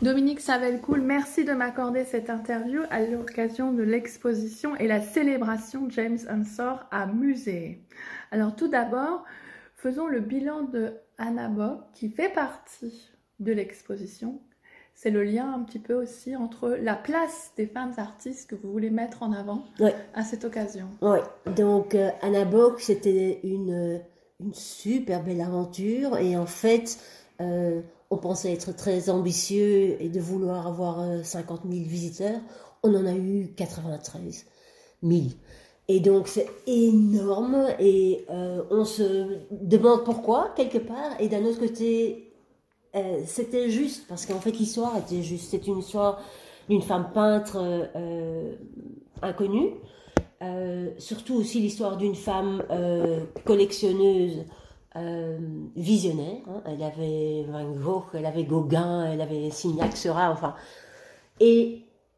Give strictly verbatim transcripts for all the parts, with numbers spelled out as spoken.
Dominique Savelcool, merci de m'accorder cette interview à l'occasion de l'exposition et la célébration James Ensor à Musée. Alors tout d'abord, faisons le bilan de Anna Bock qui fait partie de l'exposition. C'est le lien un petit peu aussi entre la place des femmes artistes que vous voulez mettre en avant ouais. à cette occasion. Oui, donc euh, Anna Bock, c'était une, une super belle aventure et en fait, euh, on pensait être très ambitieux et de vouloir avoir euh, cinquante mille visiteurs. On en a eu quatre-vingt-treize mille. Et donc c'est énorme et euh, on se demande pourquoi quelque part et d'un autre côté, Euh, c'était juste, parce qu'en fait l'histoire était juste. C'est une histoire d'une femme peintre euh, inconnue, euh, surtout aussi l'histoire d'une femme euh, collectionneuse euh, visionnaire. Hein. Elle avait Van Gogh, elle avait Gauguin, elle avait Signac, Seurat, enfin. Et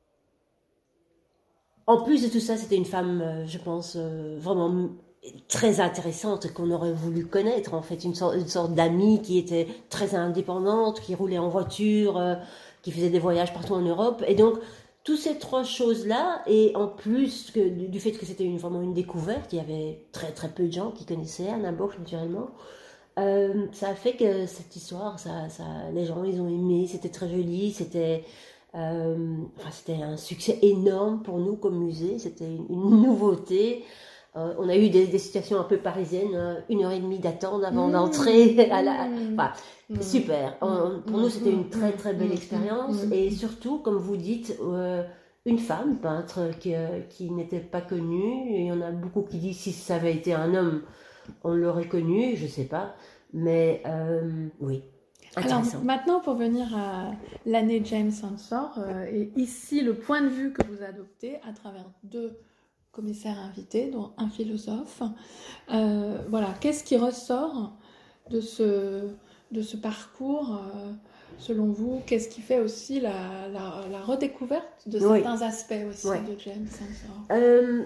en plus de tout ça, c'était une femme, euh, je pense, euh, vraiment très intéressante qu'on aurait voulu connaître, en fait, une sorte, une sorte d'amie qui était très indépendante, qui roulait en voiture, euh, qui faisait des voyages partout en Europe. Et donc, toutes ces trois choses-là, et en plus que, du, du fait que c'était une, vraiment une découverte, il y avait très très peu de gens qui connaissaient Anna Bock naturellement, euh, ça a fait que cette histoire, ça, ça, les gens, ils ont aimé, c'était très joli, c'était... Euh, enfin, c'était un succès énorme pour nous comme musée, c'était une, une nouveauté. Euh, on a eu des, des situations un peu parisiennes, euh, une heure et demie d'attente avant mmh, d'entrer à la... Enfin, mmh, super. On, pour mmh, nous, c'était une très très belle mmh, expérience. Mmh, et surtout, comme vous dites, euh, une femme peintre qui, euh, qui n'était pas connue. Et il y en a beaucoup qui disent si ça avait été un homme, on l'aurait connu, je ne sais pas. Mais euh, oui. Alors maintenant, pour venir à l'année James Ensor, euh, et ici le point de vue que vous adoptez à travers deux commissaires invités, dont un philosophe, euh, voilà, qu'est-ce qui ressort de ce, de ce parcours euh, selon vous? Qu'est-ce qui fait aussi la, la, la redécouverte de certains oui. aspects aussi oui. de James Ensor? euh...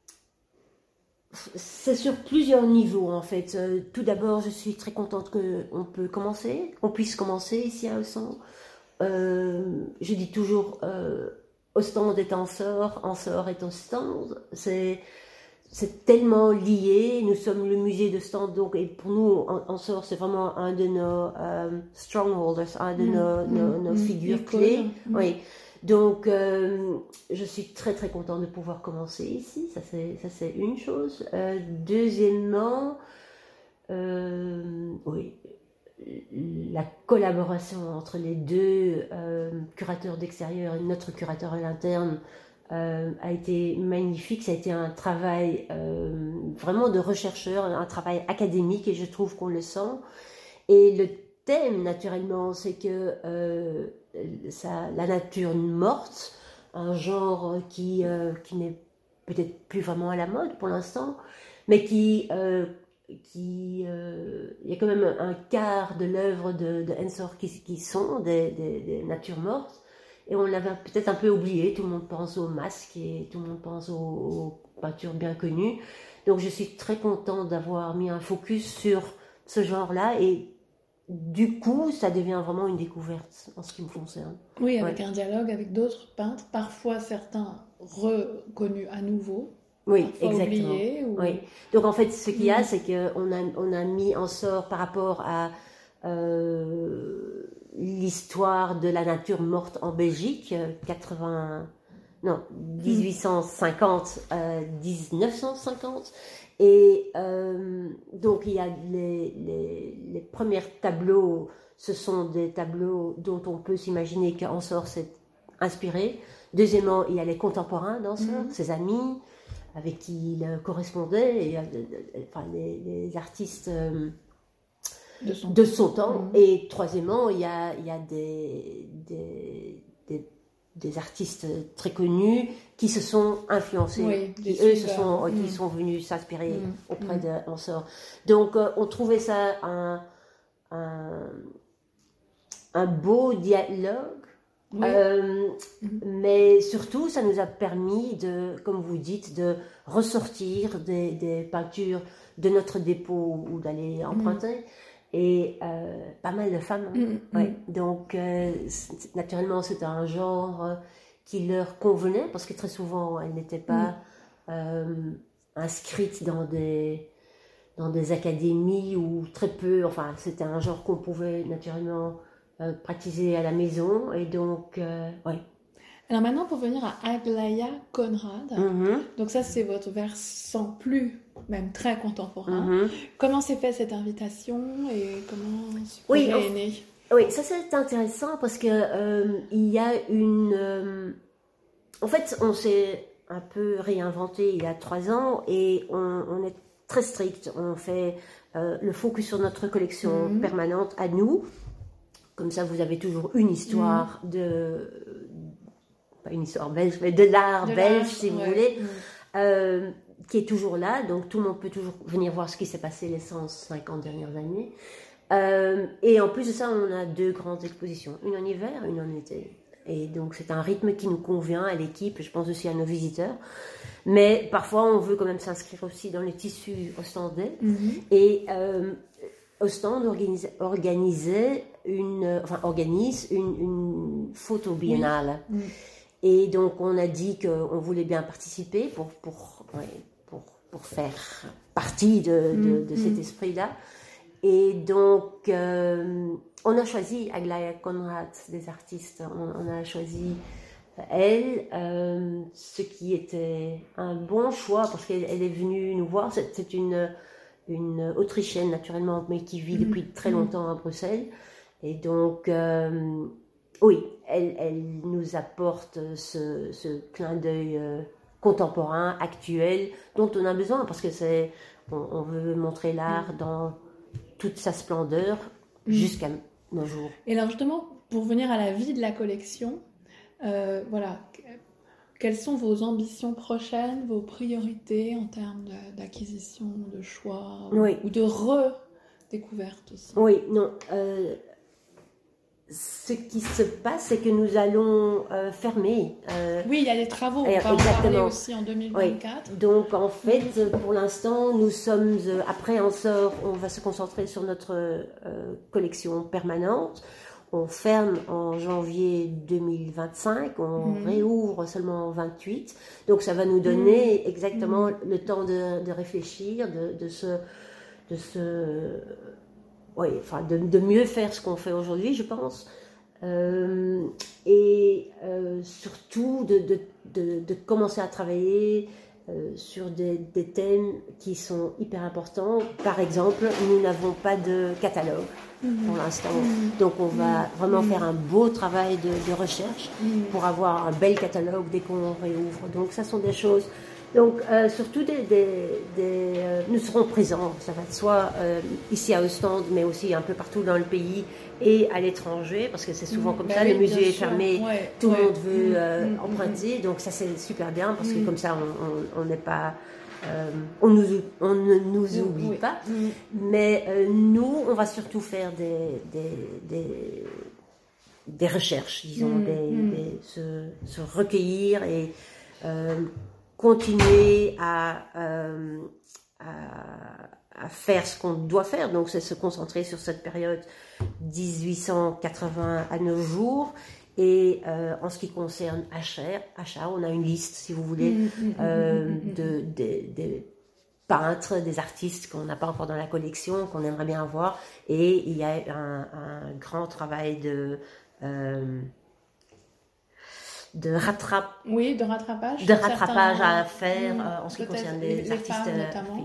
C'est sur plusieurs niveaux en fait. Euh, tout d'abord, je suis très contente qu'on peut commencer, qu'on puisse commencer ici à Ensor. Euh, je dis toujours, euh, Ostende est Ensor, Ensor est Ostende. C'est c'est tellement lié. Nous sommes le musée de Ostende, donc et pour nous, Ensor c'est vraiment un de nos euh, strongholders, un de mmh, nos, mmh, nos, nos mmh, figures clés. Mmh. Oui. Donc, euh, je suis très très contente de pouvoir commencer ici, ça c'est, ça c'est une chose. Euh, deuxièmement, euh, oui, la collaboration entre les deux euh, curateurs d'extérieur et notre curateur à l'interne euh, a été magnifique. Ça a été un travail euh, vraiment de chercheur, un travail académique et je trouve qu'on le sent. Et le thème, naturellement, c'est que euh, ça, la nature morte, un genre qui, euh, qui n'est peut-être plus vraiment à la mode pour l'instant, mais qui, euh, qui euh, il y a quand même un quart de l'œuvre de, de Ensor qui, qui sont des, des, des natures mortes, et on l'avait peut-être un peu oublié. Tout le monde pense aux masques et tout le monde pense aux, aux peintures bien connues. Donc je suis très contente d'avoir mis un focus sur ce genre-là, et du coup, ça devient vraiment une découverte en ce qui me concerne. Oui, avec ouais. un dialogue avec d'autres peintres, parfois certains reconnus à nouveau, oui, parfois exactement. oubliés. Ou... Oui. Donc en fait, ce qu'il y a, mmh. c'est qu'on a, on a mis Ensor par rapport à euh, l'histoire de la nature morte en Belgique, quatre-vingts, non, dix-huit cent cinquante, euh, dix-neuf cent cinquante. Et euh, donc il y a les, les, les premiers tableaux, ce sont des tableaux dont on peut s'imaginer qu'Ensor s'est inspiré. Deuxièmement, il y a les contemporains d'Ensor, mmh. ses amis avec qui il correspondait, et, enfin, les, les artistes euh, de son, de son temps. Mmh. Et troisièmement, il y a, il y a des, des, des des artistes très connus qui se sont influencés, oui, qui eux se sont, mmh. qui sont venus s'inspirer mmh. auprès mmh. de Ensor. Donc euh, on trouvait ça un, un, un beau dialogue, oui. euh, mmh. mais surtout ça nous a permis de, comme vous dites, de ressortir des, des peintures de notre dépôt ou d'aller emprunter. Mmh. et euh, pas mal de femmes. Hein. Mm, Ouais. mm. Donc, euh, c'est- naturellement, c'était un genre euh, qui leur convenait, parce que très souvent, elles n'étaient pas euh, inscrites dans des, dans des académies, ou très peu, enfin, c'était un genre qu'on pouvait naturellement euh, pratiquer à la maison, et donc, euh, ouais. Alors maintenant, pour venir à Aglaïa Conrad, Mhm, donc ça c'est votre versant plus, même très contemporain. mhm. Comment s'est fait cette invitation et comment ce Oui, projet en- est né? Oui, ça c'est intéressant parce que euh, il y a une. euh, en fait, on s'est un peu réinventé il y a trois ans et on, on est très strict. On fait euh, le focus sur notre collection Mhm. permanente à nous. Comme ça, vous avez toujours une histoire de. Pas une histoire belge, mais de l'art De belge, l'art, si vous ouais. voulez, Mhm. euh, qui est toujours là. Donc tout le monde peut toujours venir voir ce qui s'est passé les cent cinquante dernières années. Euh, et en plus de ça, on a deux grandes expositions, une en hiver, une en été. Et donc c'est un rythme qui nous convient à l'équipe, je pense aussi à nos visiteurs. Mais parfois, on veut quand même s'inscrire aussi dans les tissus ostendais. Mhm. Et euh, Ostende organise, organisait une, enfin, organise une, une photo biennale. Mhm. Et donc on a dit qu'on voulait bien participer pour, pour, ouais, pour, pour faire partie de, de, de cet Mhm. esprit-là. Et donc, euh, on a choisi Aglaïa Conrad, des artistes. On, on a choisi elle, euh, ce qui était un bon choix parce qu'elle elle est venue nous voir. C'est, c'est une, une Autrichienne, naturellement, mais qui vit depuis très longtemps à Bruxelles. Et donc, euh, oui, elle, elle nous apporte ce, ce clin d'œil euh, contemporain, actuel, dont on a besoin parce que c'est, on, on veut montrer l'art dans toute sa splendeur Mm. jusqu'à nos jours. Et alors justement, pour venir à la vie de la collection, euh, voilà, que- quelles sont vos ambitions prochaines, vos priorités en termes de- d'acquisition, de choix ou- Oui. ou de redécouverte aussi? Oui, non. euh, ce qui se passe, c'est que nous allons euh, fermer. euh, Oui, il y a des travaux, on Eh, va en parler exactement. aussi en deux mille vingt-quatre. Donc en fait, pour l'instant, nous sommes, euh, après on sort, on va se concentrer sur notre euh, collection permanente. On ferme en janvier deux mille vingt-cinq, on Mhm. réouvre seulement en vingt-huit. Donc ça va nous donner exactement le temps de, de réfléchir, de, de se, de se, oui, enfin de, de mieux faire ce qu'on fait aujourd'hui, je pense. Euh, et euh, surtout de, de, de, de commencer à travailler euh, sur des, des thèmes qui sont hyper importants. Par exemple, nous n'avons pas de catalogue pour l'instant, donc on va vraiment faire un beau travail de, de recherche pour avoir un bel catalogue dès qu'on réouvre. Donc ça sont des choses. Donc euh, surtout des, des, des euh, nous serons présents, ça va de soi, euh, ici à Ostende, mais aussi un peu partout dans le pays et à l'étranger, parce que c'est souvent comme Bah ça, oui, le musée bien est sûr. fermé, Ouais, tout ouais. le monde veut Mm, euh, mm, mm, emprunter, donc ça c'est super bien, parce que Mm. comme ça on n'est pas, euh, on, nous, on ne nous Mm, oublie oui. pas, Mm. mais euh, nous on va surtout faire des, des, des, des recherches, disons, Mm, des, mm. des- se, se recueillir et euh, continuer à, euh, à, à faire ce qu'on doit faire. Donc, c'est se concentrer sur cette période dix-huit cent quatre-vingts à nos jours. Et euh, en ce qui concerne achat, achat, on a une liste, si vous voulez, Mm, mm, mm, euh, mm, mm, mm. de, des- des peintres, des artistes qu'on n'a pas encore dans la collection, qu'on aimerait bien avoir. Et il y a un, un grand travail de... euh, de rattrape Oui, de rattrapage. de sur rattrapage certains- à faire Mm, euh, en ce qui peut-être concerne les- les, les artistes femmes euh, notamment.